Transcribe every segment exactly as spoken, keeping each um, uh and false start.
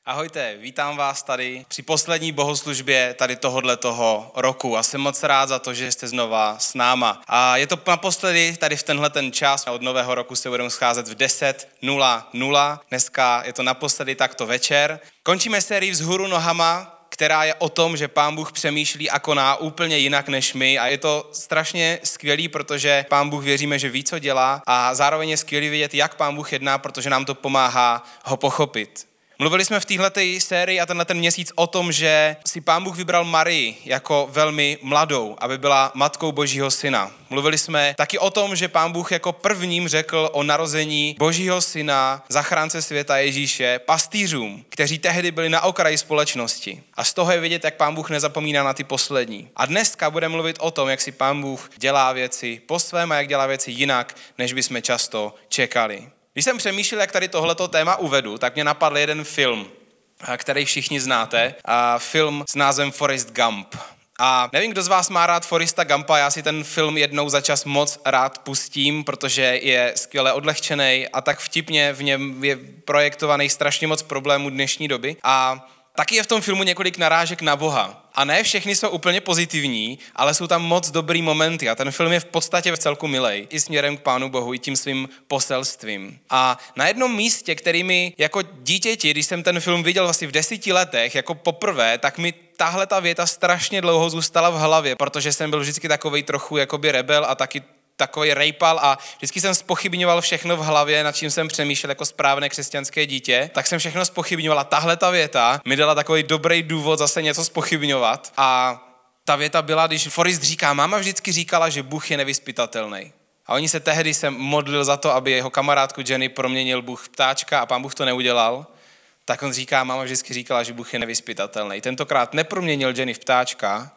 Ahojte, vítám vás tady při poslední bohoslužbě tady tohodletoho roku a jsem moc rád za to, že jste znova s náma. A je to naposledy tady v tenhle ten čas, od nového roku se budeme scházet v deset nula nula, dneska je to naposledy takto večer. Končíme sérii Vzhůru nohama, která je o tom, že Pán Bůh přemýšlí a koná úplně jinak než my a je to strašně skvělý, protože Pán Bůh věříme, že ví, co dělá a zároveň je skvělý vidět, jak Pán Bůh jedná, protože nám to pomáhá ho pochopit. Mluvili jsme v téhleté sérii a tenhle ten měsíc o tom, že si Pán Bůh vybral Marii jako velmi mladou, aby byla matkou Božího syna. Mluvili jsme taky o tom, že Pán Bůh jako prvním řekl o narození Božího syna, zachránce světa Ježíše, pastýřům, kteří tehdy byli na okraji společnosti. A z toho je vidět, jak Pán Bůh nezapomíná na ty poslední. A dneska budeme mluvit o tom, jak si Pán Bůh dělá věci po svém a jak dělá věci jinak, než bychom často čekali. Když jsem přemýšlel, jak tady tohleto téma uvedu, tak mě napadl jeden film, který všichni znáte, a film s názvem Forrest Gump. A nevím, kdo z vás má rád Forresta Gumpa, já si ten film jednou za čas moc rád pustím, protože je skvěle odlehčený a tak vtipně v něm je projektovaný strašně moc problémů dnešní doby. A taky je v tom filmu několik narážek na Boha. A ne všechny jsou úplně pozitivní, ale jsou tam moc dobrý momenty a ten film je v podstatě v celku milej. I směrem k Pánu Bohu, i tím svým poselstvím. A na jednom místě, který mi jako dítěti, když jsem ten film viděl asi v deseti letech, jako poprvé, tak mi tahle ta věta strašně dlouho zůstala v hlavě, protože jsem byl vždycky takovej trochu jakoby rebel a taky takový rejpal a vždycky jsem zpochybňoval všechno v hlavě, nad čím jsem přemýšlel jako správné křesťanské dítě, tak jsem všechno zpochybňoval a tahle ta věta mi dala takový dobrý důvod zase něco zpochybňovat a ta věta byla, když Forrest říká, máma vždycky říkala, že Bůh je nevyzpytatelný. A oni se tehdy se modlil za to, aby jeho kamarádku Jenny proměnil Bůh v ptáčka a Pán Bůh to neudělal, tak on říká, máma vždycky říkala, že Bůh je nevyzpytatelný. Tentokrát neproměnil Jenny v ptáčka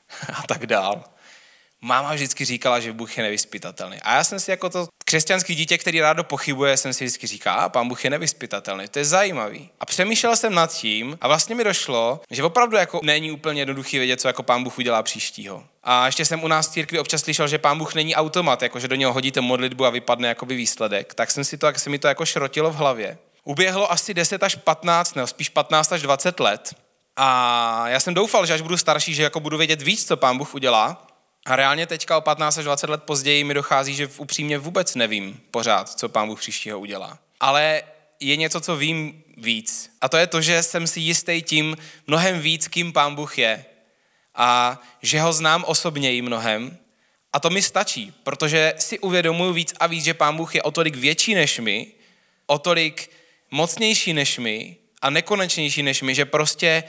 a tak dál. Máma vždycky říkala, že Bůh je nevyzpytatelný. A já jsem si jako to křesťanský dítě, který rádo pochybuje, jsem si vždycky říkal, a Pán Bůh je nevyzpytatelný. To je zajímavý. A přemýšlel jsem nad tím a vlastně mi došlo, že opravdu jako není úplně jednoduchý vědět, co jako Pán Bůh udělá příštího. A ještě jsem u nás v církvi občas slyšel, že Pán Bůh není automat, jako že do něho hodíte modlitbu a vypadne jakoby výsledek. Tak jsem si to, jak se mi to jako šrotilo v hlavě. Uběhlo asi deset až patnáct, nebo spíš patnáct až dvacet let. A já jsem doufal, že až budu starší, že jako budu vědět víc, co Pán Bůh udělá. A reálně teďka o patnáct až dvacet let později mi dochází, že upřímně vůbec nevím pořád, co Pán Bůh příštího udělá. Ale je něco, co vím víc. A to je to, že jsem si jistý tím mnohem víc, kým Pán Bůh je. A že ho znám osobněji mnohem. A to mi stačí, protože si uvědomuji víc a víc, že Pán Bůh je o tolik větší než my, o tolik mocnější než my a nekonečnější než my, že prostě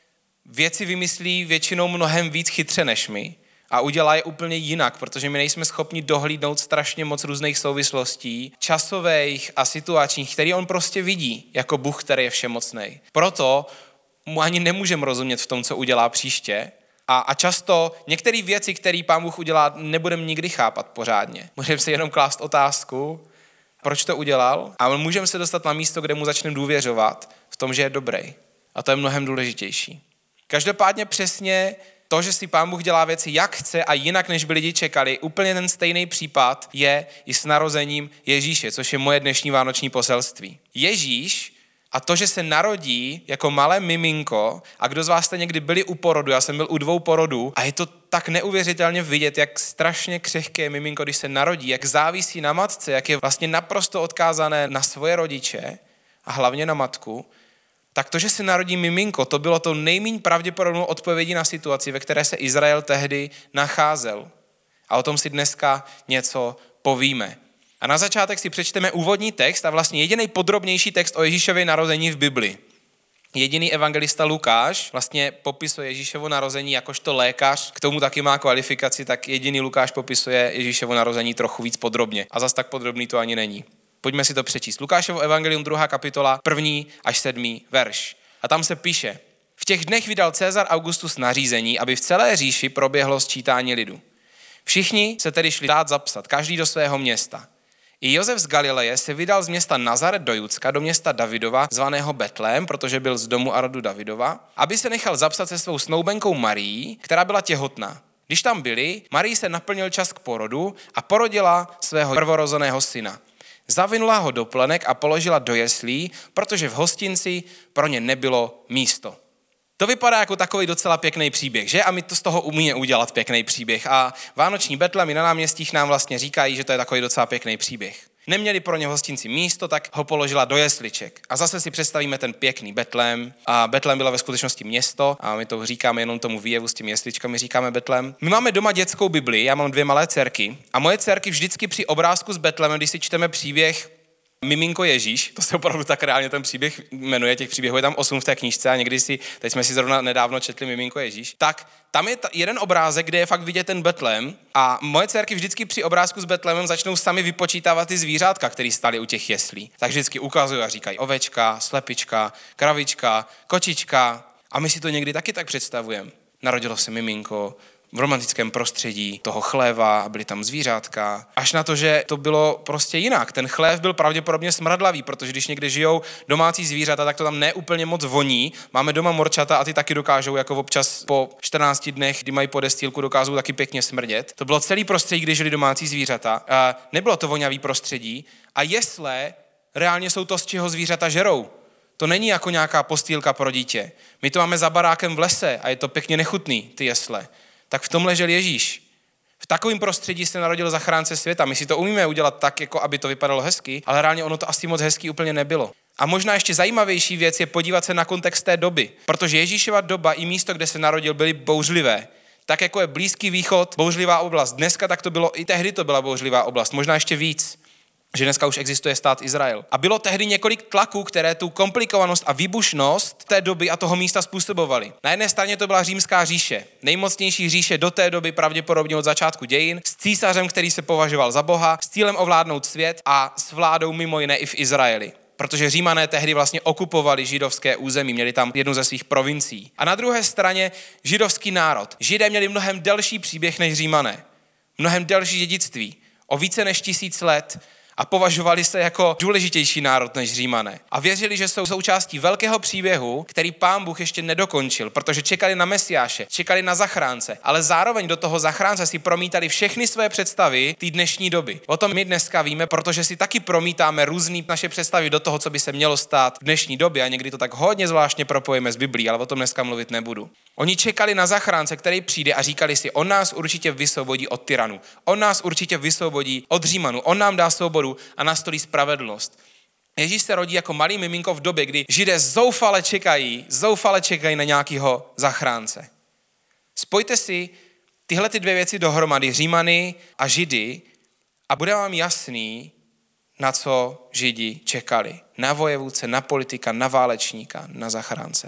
věci vymyslí většinou mnohem víc chytře než my. A udělá je úplně jinak, protože my nejsme schopni dohlídnout strašně moc různých souvislostí, časových a situačních, který on prostě vidí jako Bůh, který je všemocnej. Proto mu ani nemůžeme rozumět v tom, co udělá příště. A, a často některé věci, které Pán Bůh udělá, nebudeme nikdy chápat pořádně. Můžeme si jenom klást otázku, proč to udělal, a můžeme se dostat na místo, kde mu začneme důvěřovat v tom, že je dobrý. A to je mnohem důležitější. Každopádně přesně to, že si Pán Bůh dělá věci jak chce a jinak, než by lidi čekali, úplně ten stejný případ je i s narozením Ježíše, což je moje dnešní vánoční poselství. Ježíš a to, že se narodí jako malé miminko, a kdo z vás jste někdy byli u porodu, já jsem byl u dvou porodů a je to tak neuvěřitelně vidět, jak strašně křehké miminko, když se narodí, jak závisí na matce, jak je vlastně naprosto odkázané na svoje rodiče a hlavně na matku. Tak to, že se narodí miminko, to bylo to nejméně pravděpodobnou odpovědí na situaci, ve které se Izrael tehdy nacházel. A o tom si dneska něco povíme. A na začátek si přečteme úvodní text a vlastně jediný podrobnější text o Ježíšově narození v Bibli. Jediný evangelista Lukáš vlastně popisuje Ježíšovo narození jakožto lékař, k tomu taky má kvalifikaci, tak jediný Lukáš popisuje Ježíšovo narození trochu víc podrobně. A zas tak podrobný to ani není. Pojďme si to přečíst. Lukášovo evangelium, druhá kapitola, první až sedmý verš. A tam se píše: V těch dnech vydal Cezar Augustus nařízení, aby v celé říši proběhlo sčítání lidu. Všichni se tedy šli dát zapsat, každý do svého města. I Josef z Galileje se vydal z města Nazaret do Judska, do města Davidova, zvaného Betlém, protože byl z domu a rodu Davidova, aby se nechal zapsat se svou snoubenkou Marií, která byla těhotná. Když tam byli, Marii se naplnil čas k porodu a porodila svého prvorozeného syna. Zavinula ho do plenek a položila do jeslí, protože v hostinci pro ně nebylo místo. To vypadá jako takový docela pěkný příběh, že? A my to z toho umíme udělat pěkný příběh. A vánoční betlemy na náměstích nám vlastně říkají, že to je takový docela pěkný příběh. Neměli pro ně v hostinci místo, tak ho položila do jesliček. A zase si představíme ten pěkný Betlém. A Betlém byla ve skutečnosti město a my to říkáme jenom tomu výjevu s těmi jesličkami, říkáme Betlém. My máme doma dětskou Bibli, já mám dvě malé dcerky a moje dcerky vždycky při obrázku s Betlémem, když si čteme příběh Miminko Ježíš, to se opravdu tak reálně ten příběh jmenuje, těch příběhů je tam osm v té knížce a někdy si, teď jsme si zrovna nedávno četli Miminko Ježíš, tak tam je jeden obrázek, kde je fakt vidět ten Betlém a moje dcerky vždycky při obrázku s Betlémem začnou sami vypočítávat ty zvířátka, které stály u těch jeslí. Tak vždycky ukazují a říkají ovečka, slepička, kravička, kočička a my si to někdy taky tak představujeme. Narodilo se miminko v romantickém prostředí toho chléva a byly tam zvířátka. Až na to, že to bylo prostě jinak. Ten chlév byl pravděpodobně smradlavý, protože když někde žijou domácí zvířata, tak to tam neúplně moc voní. Máme doma morčata a ty taky dokážou jako občas po čtrnácti dnech, kdy mají podestýlku, dokážou taky pěkně smrdět. To bylo celý prostředí, kde žili domácí zvířata. A nebylo to vonavý prostředí a jesle reálně jsou to, z čeho zvířata žerou. To není jako nějaká postýlka pro dítě. My to máme za barákem v lese a je to pěkně nechutný, ty jesle. Tak v tom ležel Ježíš. V takovém prostředí se narodil zachránce světa. My si to umíme udělat tak, jako aby to vypadalo hezky, ale reálně ono to asi moc hezký úplně nebylo. A možná ještě zajímavější věc je podívat se na kontext té doby, protože Ježíšova doba i místo, kde se narodil, byly bouřlivé. Tak jako je Blízký východ, bouřlivá oblast. Dneska tak to bylo, i tehdy to byla bouřlivá oblast, možná ještě víc, že dneska už existuje stát Izrael. A bylo tehdy několik tlaků, které tu komplikovanost a výbušnost té doby a toho místa způsobovaly. Na jedné straně to byla Římská říše, nejmocnější říše do té doby pravděpodobně od začátku dějin, s císařem, který se považoval za boha, s cílem ovládnout svět a s vládou mimo jiné i v Izraeli. Protože Římané tehdy vlastně okupovali židovské území, měli tam jednu ze svých provincií. A na druhé straně židovský národ. Židé měli mnohem delší příběh než Římané. Mnohem delší dědictví. O více než tisíc let. A považovali se jako důležitější národ než Římané. A věřili, že jsou součástí velkého příběhu, který Pán Bůh ještě nedokončil, protože čekali na Mesiáše, čekali na zachránce, ale zároveň do toho zachránce si promítali všechny své představy té dnešní doby. O tom my dneska víme, protože si taky promítáme různé naše představy do toho, co by se mělo stát v dnešní době a někdy to tak hodně zvláštně propojíme s Biblí, ale o tom dneska mluvit nebudu. Oni čekali na zachránce, který přijde a říkali si, on nás určitě vysvobodí od tyranů, on nás určitě vysvobodí od Římanů, on nám dá svobodu a nastolí spravedlnost. Ježíš se rodí jako malý miminko v době, kdy Židé zoufale čekají, zoufale čekají na nějakého zachránce. Spojte si tyhle ty dvě věci dohromady, Římany a Židy, a bude vám jasný, na co Židi čekali. Na vojevůdce, na politika, na válečníka, na zachránce.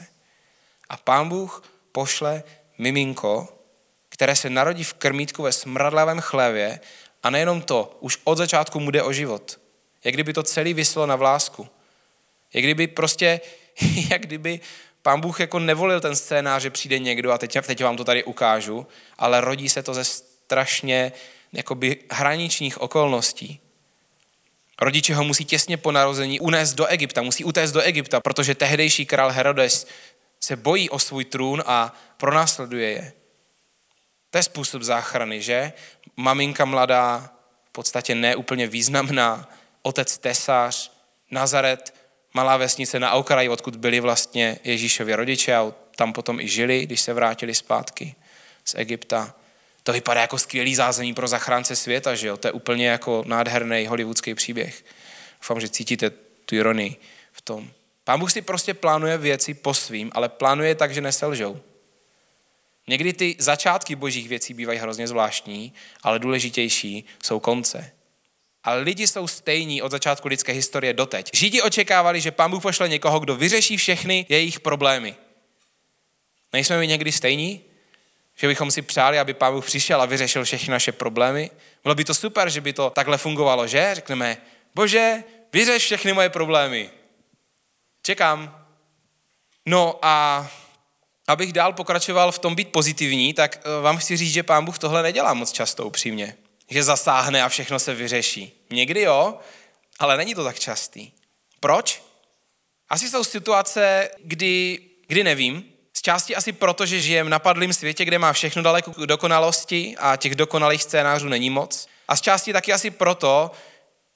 A Pán Bůh pošle miminko, které se narodí v krmítku ve smradlavém chlévě. A nejenom to, už od začátku mu jde o život. Jak kdyby to celý viselo na vlásku. Jak kdyby prostě, jak kdyby Pán Bůh jako nevolil ten scénář, že přijde někdo a teď, teď vám to tady ukážu, ale rodí se to ze strašně jakoby hraničních okolností. Rodiče ho musí těsně po narození unést do Egypta, musí utéct do Egypta, protože tehdejší král Herodes se bojí o svůj trůn a pronásleduje je. To je způsob záchrany, že? Maminka mladá, v podstatě neúplně významná, otec tesař, Nazaret, malá vesnice na okraji, odkud byli vlastně Ježíšovi rodiče a tam potom i žili, když se vrátili zpátky z Egypta. To vypadá jako skvělý zázemí pro zachránce světa, že jo? To je úplně jako nádherný hollywoodský příběh. Doufám, že cítíte tu ironii v tom. Pán Bůh si prostě plánuje věci po svým, ale plánuje tak, že neselžou. Někdy ty začátky božích věcí bývají hrozně zvláštní, ale důležitější jsou konce. Ale lidi jsou stejní od začátku lidské historie doteď. Židi očekávali, že Pán Bůh pošle někoho, kdo vyřeší všechny jejich problémy. Nejsme my někdy stejní? Že bychom si přáli, aby Pán Bůh přišel a vyřešil všechny naše problémy? Bylo by to super, že by to takhle fungovalo, že? Řekneme, Bože, vyřeš všechny moje problémy. Čekám. No a abych dál pokračoval v tom být pozitivní, tak vám chci říct, že Pán Bůh tohle nedělá moc často upřímně. Že zasáhne a všechno se vyřeší. Někdy jo, ale není to tak častý. Proč? Asi jsou situace, kdy, kdy nevím. Z části asi proto, že žijeme na padlém světě, kde má všechno daleko k dokonalosti a těch dokonalých scénářů není moc. A z části taky asi proto,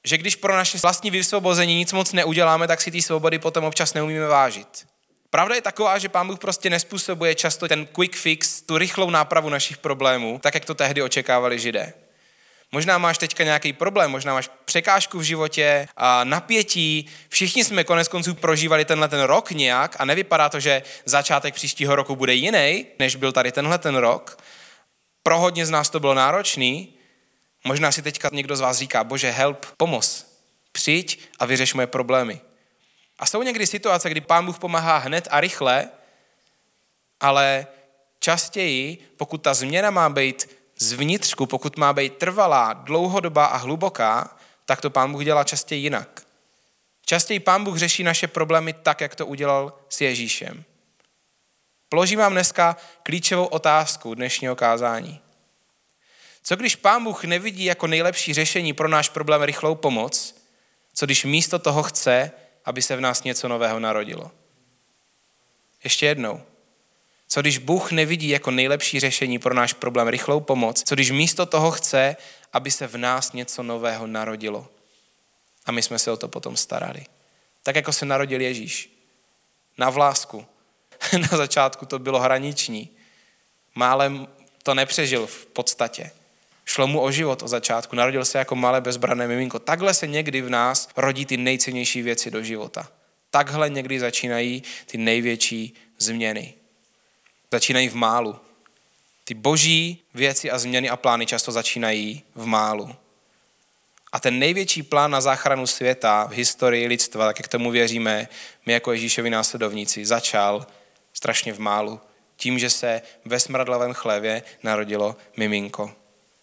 že když pro naše vlastní vysvobození nic moc neuděláme, tak si té svobody potom občas neumíme vážit. Pravda je taková, že Pán Bůh prostě nespůsobuje často ten quick fix, tu rychlou nápravu našich problémů, tak jak to tehdy očekávali Židé. Možná máš teďka nějaký problém, možná máš překážku v životě a napětí. Všichni jsme konec konců prožívali tenhle ten rok nějak a nevypadá to, že začátek příštího roku bude jiný, než byl tady tenhle ten rok. Pro hodně z nás to bylo náročný. Možná si teďka někdo z vás říká, Bože, help, pomoz, přijď a vyřeš moje problémy. A jsou někdy situace, kdy Pán Bůh pomáhá hned a rychle, ale častěji, pokud ta změna má být zvnitřku, pokud má být trvalá, dlouhodobá a hluboká, tak to Pán Bůh dělá častěji jinak. Častěji Pán Bůh řeší naše problémy tak, jak to udělal s Ježíšem. Položím vám dneska klíčovou otázku dnešního kázání. Co když Pán Bůh nevidí jako nejlepší řešení pro náš problém rychlou pomoc, co když místo toho chce, aby se v nás něco nového narodilo? Ještě jednou. Co když Bůh nevidí jako nejlepší řešení pro náš problém rychlou pomoc, co když místo toho chce, aby se v nás něco nového narodilo? A my jsme se o to potom starali. Tak jako se narodil Ježíš. Na vlásku. Na začátku to bylo hraniční. Málem to nepřežil v podstatě. Šlo mu o život od začátku. Narodil se jako malé bezbranné miminko. Takhle se někdy v nás rodí ty nejcennější věci do života. Takhle někdy začínají ty největší změny. Začínají v málu. Ty boží věci a změny a plány často začínají v málu. A ten největší plán na záchranu světa v historii lidstva, tak jak tomu věříme, my jako Ježíšovi následovníci, začal strašně v málu. Tím, že se ve smradlavém chlévě narodilo miminko.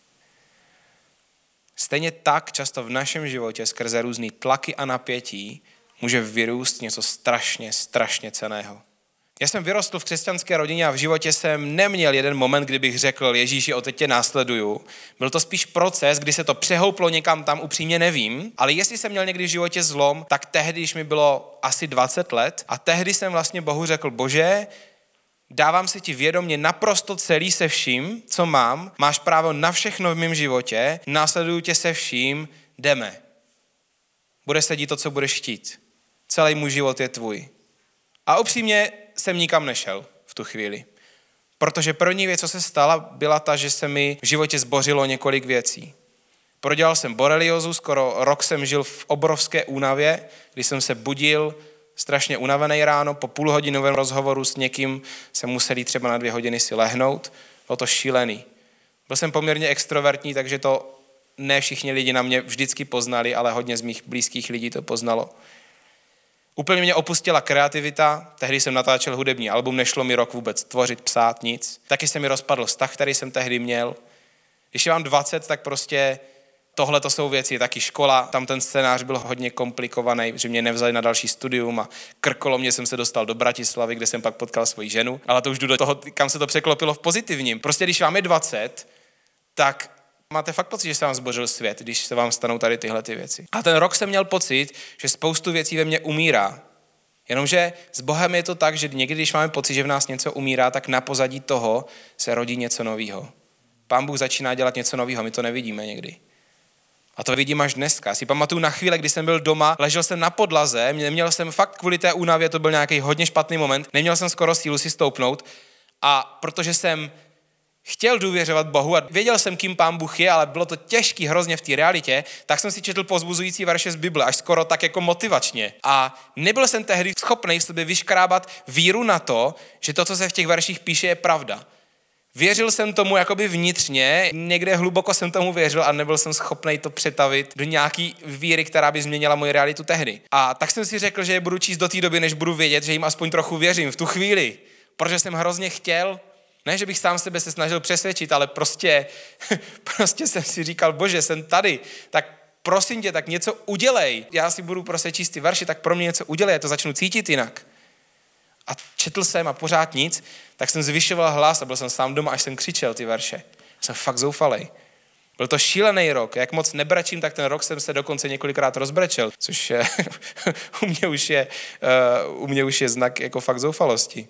Stejně tak často v našem životě skrze různý tlaky a napětí může vyrůst něco strašně, strašně cenného. Já jsem vyrostl v křesťanské rodině a v životě jsem neměl jeden moment, kdy bych řekl, Ježíši, od teď tě následuju. Byl to spíš proces, kdy se to přehouplo někam tam, upřímně nevím, ale jestli jsem měl někdy v životě zlom, tak tehdy, když mi bylo asi dvacet let a tehdy jsem vlastně Bohu řekl, Bože, dávám se ti vědomě naprosto celý se vším, co mám, máš právo na všechno v mém životě, následuju tě se vším, jdeme. Bude se dít to, co budeš chtít. Celý můj život je tvůj. A upřímně jsem nikam nešel v tu chvíli. Protože první věc, co se stala, byla ta, že se mi v životě zbořilo několik věcí. Prodělal jsem boreliozu, skoro rok jsem žil v obrovské únavě, kdy jsem se budil strašně unavený ráno, po půlhodinovém rozhovoru s někým jsem musel jít třeba na dvě hodiny si lehnout. Bylo to šílený. Byl jsem poměrně extrovertní, takže to ne všichni lidi na mě vždycky poznali, ale hodně z mých blízkých lidí to poznalo. Úplně mě opustila kreativita, tehdy jsem natáčel hudební album, nešlo mi rok vůbec tvořit, psát, nic. Taky se mi rozpadl vztah, který jsem tehdy měl. Když je vám dvacet, tak prostě tohle to jsou věci, taky škola, tam ten scénář byl hodně komplikovaný, že mě nevzali na další studium a krkolomně jsem se dostal do Bratislavy, kde jsem pak potkal svoji ženu, ale to už jdu do toho, kam se to překlopilo v pozitivním. Prostě když vám je dvacet, tak máte fakt pocit, že se vám zbořil svět, když se vám stanou tady tyhle ty věci. A ten rok jsem měl pocit, že spoustu věcí ve mně umírá. Jenomže s Bohem je to tak, že někdy, když máme pocit, že v nás něco umírá, tak na pozadí toho se rodí něco nového. Pán Bůh začíná dělat něco nového, my to nevidíme někdy. A to vidím až dneska. Si pamatuju na chvíli, kdy jsem byl doma, ležel jsem na podlaze, neměl jsem fakt kvůli té únavě, to byl nějaký hodně špatný moment, neměl jsem skoro sílu si stoupnout a protože jsem chtěl důvěřovat Bohu a věděl jsem, kým Pán Bůh je, ale bylo to těžký hrozně v té realitě, tak jsem si četl povzbuzující verše z Bible, až skoro tak jako motivačně. A nebyl jsem tehdy schopný v sobě vyškrábat víru na to, že to, co se v těch verších píše, je pravda. Věřil jsem tomu jakoby vnitřně, někde hluboko jsem tomu věřil a nebyl jsem schopný to přetavit do nějaký víry, která by změnila moji realitu tehdy. A tak jsem si řekl, že je budu číst do té doby, než budu vědět, že jim aspoň trochu věřím v tu chvíli, protože jsem hrozně chtěl. Ne, že bych sám sebe se snažil přesvědčit, ale prostě, prostě jsem si říkal, Bože, jsem tady, tak prosím tě, tak něco udělej. Já si budu prostě číst ty verše, tak pro mě něco udělej, já to začnu cítit jinak. A četl jsem a pořád nic, tak jsem zvyšoval hlas a byl jsem sám doma, až jsem křičel ty verše. Jsem fakt zoufalej. Byl to šílený rok. Jak moc nebrečím, tak ten rok jsem se dokonce několikrát rozbrečel, což je, u, mě už je, uh, u mě už je znak jako fakt zoufalosti.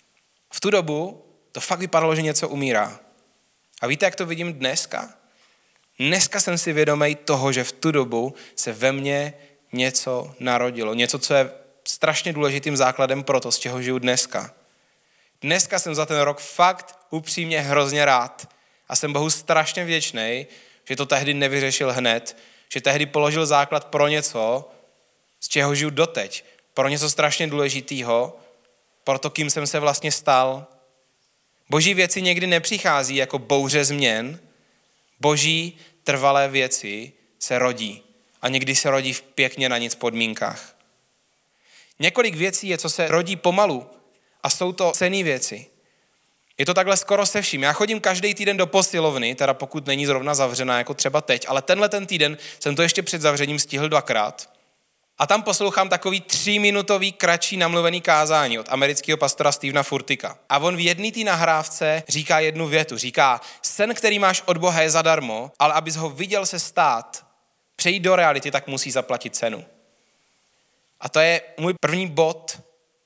V tu dobu to fakt vypadalo, že něco umírá. A víte, jak to vidím dneska? Dneska jsem si vědomý toho, že v tu dobu se ve mně něco narodilo. Něco, co je strašně důležitým základem pro to, z čeho žiju dneska. Dneska jsem za ten rok fakt upřímně hrozně rád a jsem Bohu strašně vděčný, že to tehdy nevyřešil hned, že tehdy položil základ pro něco, z čeho žiju doteď, pro něco strašně důležitýho, pro to, kým jsem se vlastně stal. Boží věci někdy nepřichází jako bouře změn, boží trvalé věci se rodí a někdy se rodí v pěkně na nic podmínkách. Několik věcí je, co se rodí pomalu a jsou to cenné věci. Je to takhle skoro se vším. Já chodím každý týden do posilovny, teda pokud není zrovna zavřená jako třeba teď, ale tenhle ten týden jsem to ještě před zavřením stihl dvakrát. A tam poslouchám takový tříminutový kratší namluvený kázání od amerického pastora Stevena Furtika. A on v jedné té nahrávce říká jednu větu. Říká, sen, který máš od Boha, je zadarmo, ale abys ho viděl se stát, přejít do reality, tak musí zaplatit cenu. A to je můj první bod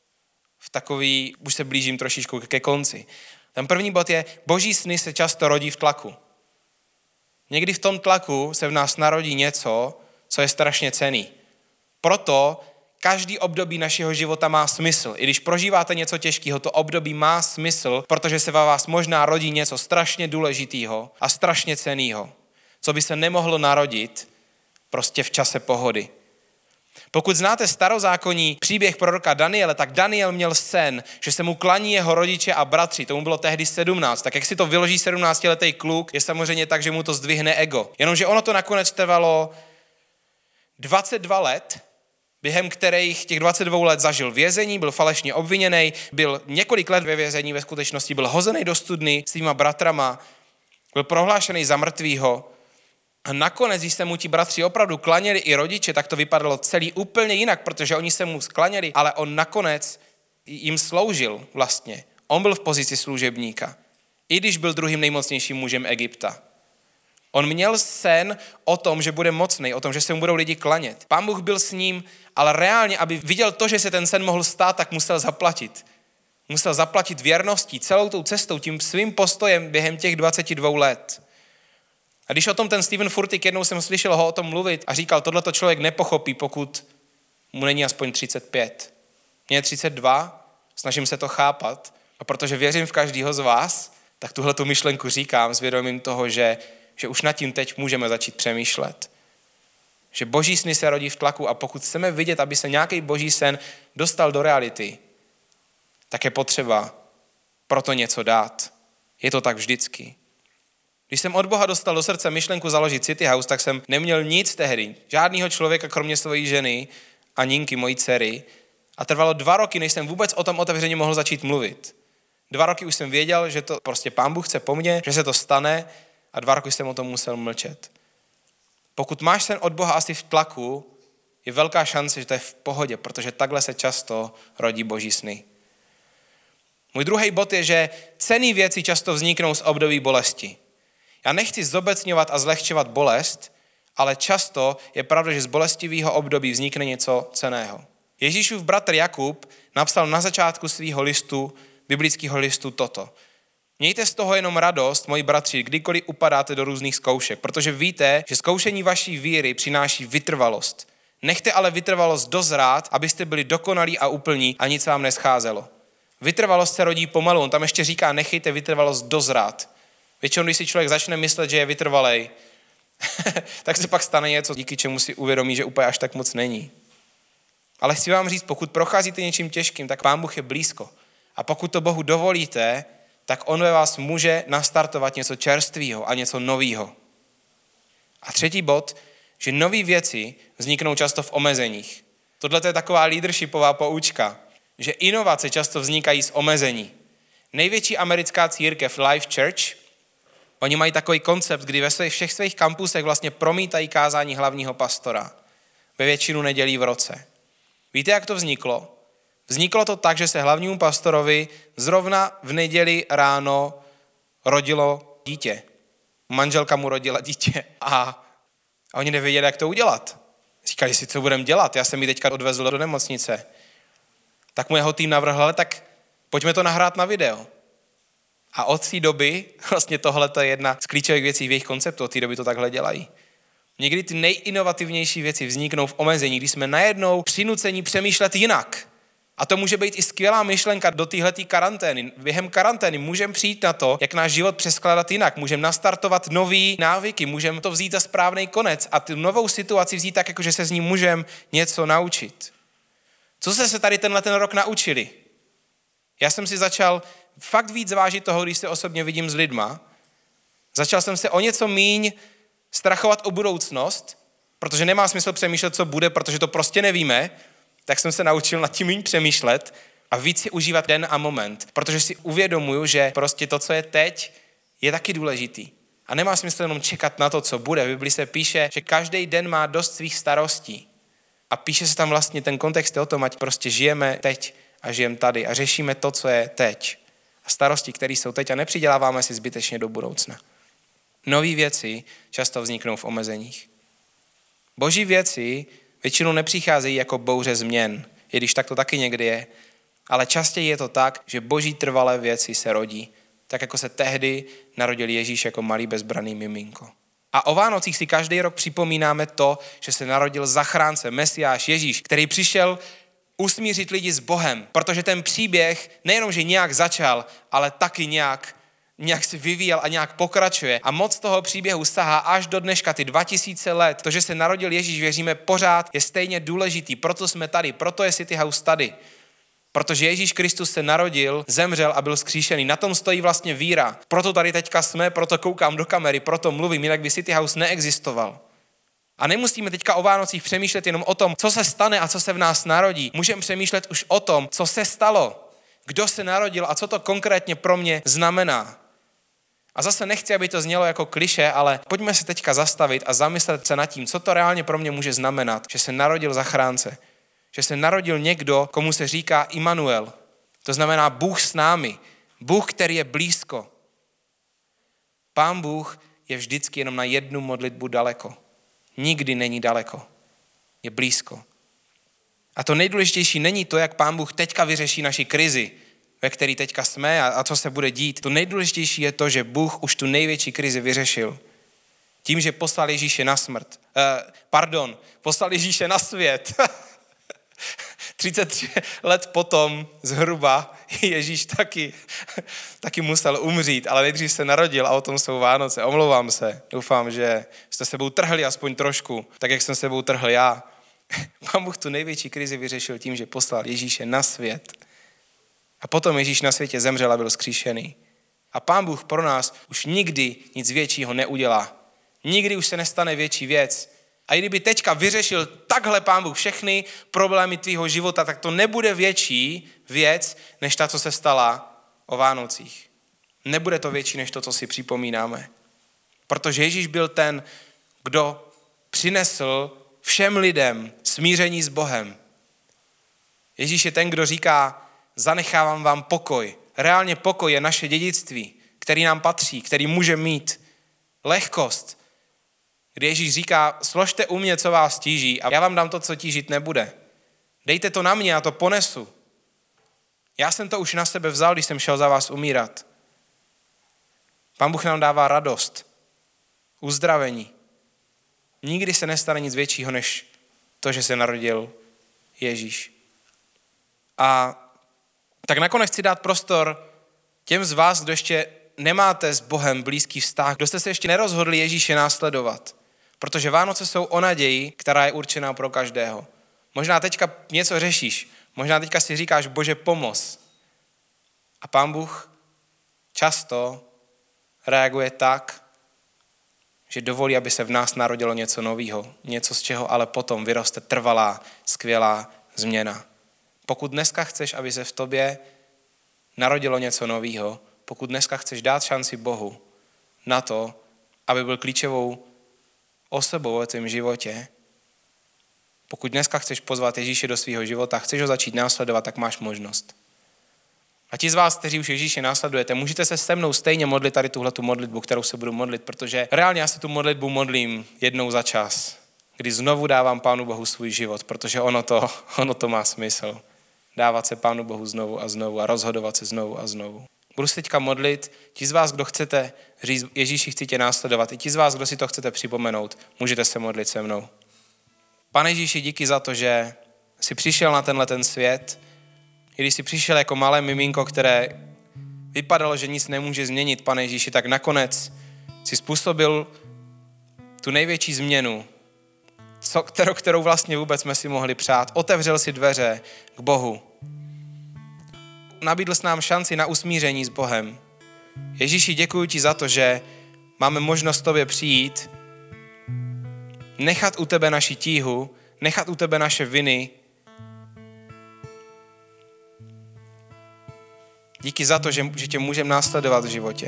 v takový, už se blížím trošičku ke konci. Ten první bod je, boží sny se často rodí v tlaku. Někdy v tom tlaku se v nás narodí něco, co je strašně cenný. Proto každý období našeho života má smysl. I když prožíváte něco těžkého, to období má smysl, protože se ve vás možná rodí něco strašně důležitého a strašně cenného, co by se nemohlo narodit prostě v čase pohody. Pokud znáte starozákonní příběh proroka Daniele, tak Daniel měl sen, že se mu klaní jeho rodiče a bratři, tomu bylo tehdy sedmnáct. Tak jak si to vyloží sedmnáctiletý kluk, je samozřejmě tak, že mu to zdvihne ego. Jenomže ono to nakonec trvalo dvacet dva let, během kterých těch dvacet dva let zažil vězení, byl falešně obviněný, byl několik let ve vězení, ve skutečnosti byl hozený do studny svýma bratrama, byl prohlášený za mrtvýho. A nakonec, když se mu ti bratři opravdu klaněli i rodiče, tak to vypadalo celý úplně jinak, protože oni se mu klaněli, ale on nakonec jim sloužil vlastně. On byl v pozici služebníka, i když byl druhým nejmocnějším mužem Egypta. On měl sen o tom, že bude mocný, o tom, že se mu budou lidi klanět. Pán Bůh byl s ním, ale reálně, aby viděl to, že se ten sen mohl stát, tak musel zaplatit. Musel zaplatit věrností, celou tou cestou, tím svým postojem během těch dvacet dva let. A když o tom ten Steven Furtick, jednou jsem slyšel ho o tom mluvit a říkal, tohleto člověk nepochopí, pokud mu není aspoň třicet pět. Mně je třicet dva, snažím se to chápat a protože věřím v každého z vás, tak tuhletu myšlenku říkám s vědomím toho, že, že už nad tím teď můžeme začít přemýšlet. Že boží sny se rodí v tlaku a pokud chceme vidět, aby se nějaký boží sen dostal do reality, tak je potřeba proto něco dát. Je to tak vždycky. Když jsem od Boha dostal do srdce myšlenku založit City House, tak jsem neměl nic tehdy. Žádnýho člověka, kromě své ženy a Ninky, mojí dcery. A trvalo dva roky, než jsem vůbec o tom otevřeně mohl začít mluvit. Dva roky už jsem věděl, že to prostě Pán Bůh chce po mně, že se to stane a dva roky jsem o tom musel mlčet. Pokud máš sen od Boha asi v tlaku, je velká šance, že to je v pohodě, protože takhle se často rodí boží sny. Můj druhý bod je, že cenné věci často vzniknou z období bolesti. Já nechci zobecňovat a zlehčovat bolest, ale často je pravda, že z bolestivého období vznikne něco cenného. Ježíšův bratr Jakub napsal na začátku svého listu, biblického listu toto. Mějte z toho jenom radost, moji bratři, kdykoliv upadáte do různých zkoušek, protože víte, že zkoušení vaší víry přináší vytrvalost. Nechte ale vytrvalost dozrát, abyste byli dokonalí a úplní a nic vám nescházelo. Vytrvalost se rodí pomalu, on tam ještě říká, nechejte vytrvalost dozrát. Většinou, když si člověk začne myslet, že je vytrvalej, tak se pak stane něco, díky čemu si uvědomí, že úplně až tak moc není. Ale chci vám říct, pokud procházíte něčím těžkým, tak Pán Bůh je blízko. A pokud to Bohu dovolíte, tak on ve vás může nastartovat něco čerstvého a něco nového. A třetí bod, že nové věci vzniknou často v omezeních. Tohle je taková leadershipová poučka, že inovace často vznikají z omezení. Největší americká církev Life Church, oni mají takový koncept, kdy ve svých, všech svých kampusech vlastně promítají kázání hlavního pastora ve většinu nedělí v roce. Víte, jak to vzniklo? Vzniklo to tak, že se hlavnímu pastorovi zrovna v neděli ráno rodilo dítě. Manželka mu rodila dítě a, a oni nevěděli, jak to udělat. Říkali si, co budeme dělat, já jsem ji teďka odvezl do nemocnice. Tak mu jeho tým navrhl, ale tak pojďme to nahrát na video. A od té doby, vlastně tohle je jedna z klíčových věcí v jejich konceptu, od té doby to takhle dělají. Někdy ty nejinovativnější věci vzniknou v omezení, když jsme najednou přinuceni přemýšlet jinak. A to může být i skvělá myšlenka do téhletý karantény. Během karantény můžeme přijít na to, jak náš život přeskládat jinak. Můžeme nastartovat nový návyky, můžeme to vzít za správný konec a tu novou situaci vzít tak, jako že se z ní můžeme něco naučit. Co jste se tady tenhle ten rok naučili? Já jsem si začal fakt víc zvážit toho, když se osobně vidím s lidma. Začal jsem se o něco míň strachovat o budoucnost, protože nemá smysl přemýšlet, co bude, protože to prostě nevíme, tak jsem se naučil nad tím míň přemýšlet a víc si užívat den a moment, protože si uvědomuju, že prostě to, co je teď, je taky důležitý. A nemá smysl jenom čekat na to, co bude. V Bibli se píše, že každý den má dost svých starostí. A píše se tam vlastně ten kontext o tom, ať prostě žijeme teď a žijeme tady a řešíme to, co je teď. A starosti, které jsou teď a nepřiděláváme si zbytečně do budoucna. Nové věci často vzniknou v omezeních. Boží věci většinou nepřicházejí jako bouře změn, i když tak to taky někdy je, ale častěji je to tak, že boží trvalé věci se rodí, tak jako se tehdy narodil Ježíš jako malý bezbranný miminko. A o Vánocích si každý rok připomínáme to, že se narodil zachránce, Mesiáš, Ježíš, který přišel usmířit lidi s Bohem, protože ten příběh nejenom, že nějak začal, ale taky nějak nějak se vyvíjel a nějak pokračuje. A moc toho příběhu sahá až do dneška, ty dva tisíce let. To, že se narodil Ježíš, věříme pořád, je stejně důležitý. Proto jsme tady, proto je City House tady. Protože Ježíš Kristus se narodil, zemřel a byl vzkříšený. Na tom stojí vlastně víra. Proto tady teďka jsme, proto koukám do kamery, proto mluvím, jinak by City House neexistoval. A nemusíme teďka o Vánocích přemýšlet jenom o tom, co se stane a co se v nás narodí. Můžeme přemýšlet už o tom, co se stalo, kdo se narodil a co to konkrétně pro mě znamená. A zase nechci, aby to znělo jako klišé, ale pojďme se teďka zastavit a zamyslet se nad tím, co to reálně pro mě může znamenat, že se narodil zachránce. Že se narodil někdo, komu se říká Immanuel. To znamená Bůh s námi. Bůh, který je blízko. Pán Bůh je vždycky jenom na jednu modlitbu daleko. Nikdy není daleko. Je blízko. A to nejdůležitější není to, jak Pán Bůh teďka vyřeší naši krizi, ve který teďka jsme a, a co se bude dít. To nejdůležitější je to, že Bůh už tu největší krizi vyřešil. Tím, že poslal Ježíše na smrt. Eh, pardon, poslal Ježíše na svět. třicet tři let potom zhruba Ježíš taky, taky musel umřít, ale nejdřív se narodil a o tom jsou Vánoce. Omlouvám se, doufám, že jste sebou trhli aspoň trošku, tak jak jsem sebou trhl já. Pán Bůh tu největší krizi vyřešil tím, že poslal Ježíše na svět. A potom Ježíš na světě zemřel a byl vzkříšený. A Pán Bůh pro nás už nikdy nic většího neudělá. Nikdy už se nestane větší věc. A i kdyby teďka vyřešil takhle Pán Bůh všechny problémy tvýho života, tak to nebude větší věc, než ta, co se stala o Vánocích. Nebude to větší, než to, co si připomínáme. Protože Ježíš byl ten, kdo přinesl všem lidem smíření s Bohem. Ježíš je ten, kdo říká, zanechávám vám pokoj. Reálně pokoj je naše dědictví, který nám patří, který může mít. Lehkost, kdy Ježíš říká, složte u mě, co vás tíží a já vám dám to, co tížit nebude. Dejte to na mě, já to ponesu. Já jsem to už na sebe vzal, když jsem šel za vás umírat. Pán Bůh nám dává radost, uzdravení. Nikdy se nestane nic většího, než to, že se narodil Ježíš. A tak nakonec chci dát prostor těm z vás, kdo ještě nemáte s Bohem blízký vztah, kdo jste se ještě nerozhodli Ježíše následovat. Protože Vánoce jsou o naději, která je určená pro každého. Možná teďka něco řešíš, možná teďka si říkáš, Bože, pomoz. A Pán Bůh často reaguje tak, že dovolí, aby se v nás narodilo něco nového, něco, z čeho ale potom vyroste trvalá, skvělá změna. Pokud dneska chceš, aby se v tobě narodilo něco nového, pokud dneska chceš dát šanci Bohu na to, aby byl klíčovou osobou ve tvém životě, pokud dneska chceš pozvat Ježíše do svého života, chceš ho začít následovat, tak máš možnost. A ti z vás, kteří už Ježíše následujete, můžete se se mnou stejně modlit tady tuhletu modlitbu, kterou se budu modlit, protože reálně já se tu modlitbu modlím jednou za čas, kdy znovu dávám Pánu Bohu svůj život, protože ono to, ono to má smysl. Dávat se Pánu Bohu znovu a znovu a rozhodovat se znovu a znovu. Budu se teďka modlit. Ti z vás, kdo chcete říct, Ježíši, chci tě následovat, i ti z vás, kdo si to chcete připomenout, můžete se modlit se mnou. Pane Ježíši, díky za to, že jsi přišel na tenhle ten svět, i když jsi přišel jako malé miminko, které vypadalo, že nic nemůže změnit, Pane Ježíši, tak nakonec jsi způsobil tu největší změnu, co, kterou, kterou vlastně vůbec jsme si mohli přát. Otevřel si dveře k Bohu. Nabídl jsi nám šanci na usmíření s Bohem. Ježíši, děkuji ti za to, že máme možnost tobě přijít, nechat u tebe naši tíhu, nechat u tebe naše viny. Díky za to, že, že tě můžeme následovat v životě.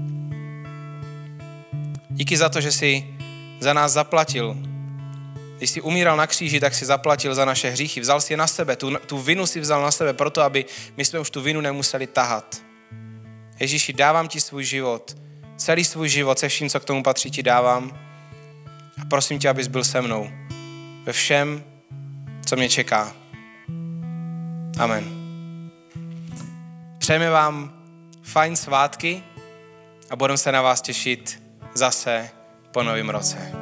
Díky za to, že jsi za nás zaplatil. Když jsi umíral na kříži, tak jsi zaplatil za naše hříchy. Vzal si je na sebe, tu, tu vinu si vzal na sebe, proto aby my jsme už tu vinu nemuseli tahat. Ježíši, dávám ti svůj život, celý svůj život, se vším, co k tomu patří, ti dávám. A prosím tě, abys byl se mnou ve všem, co mě čeká. Amen. Přejeme vám fajn svátky a budeme se na vás těšit zase po novém roce.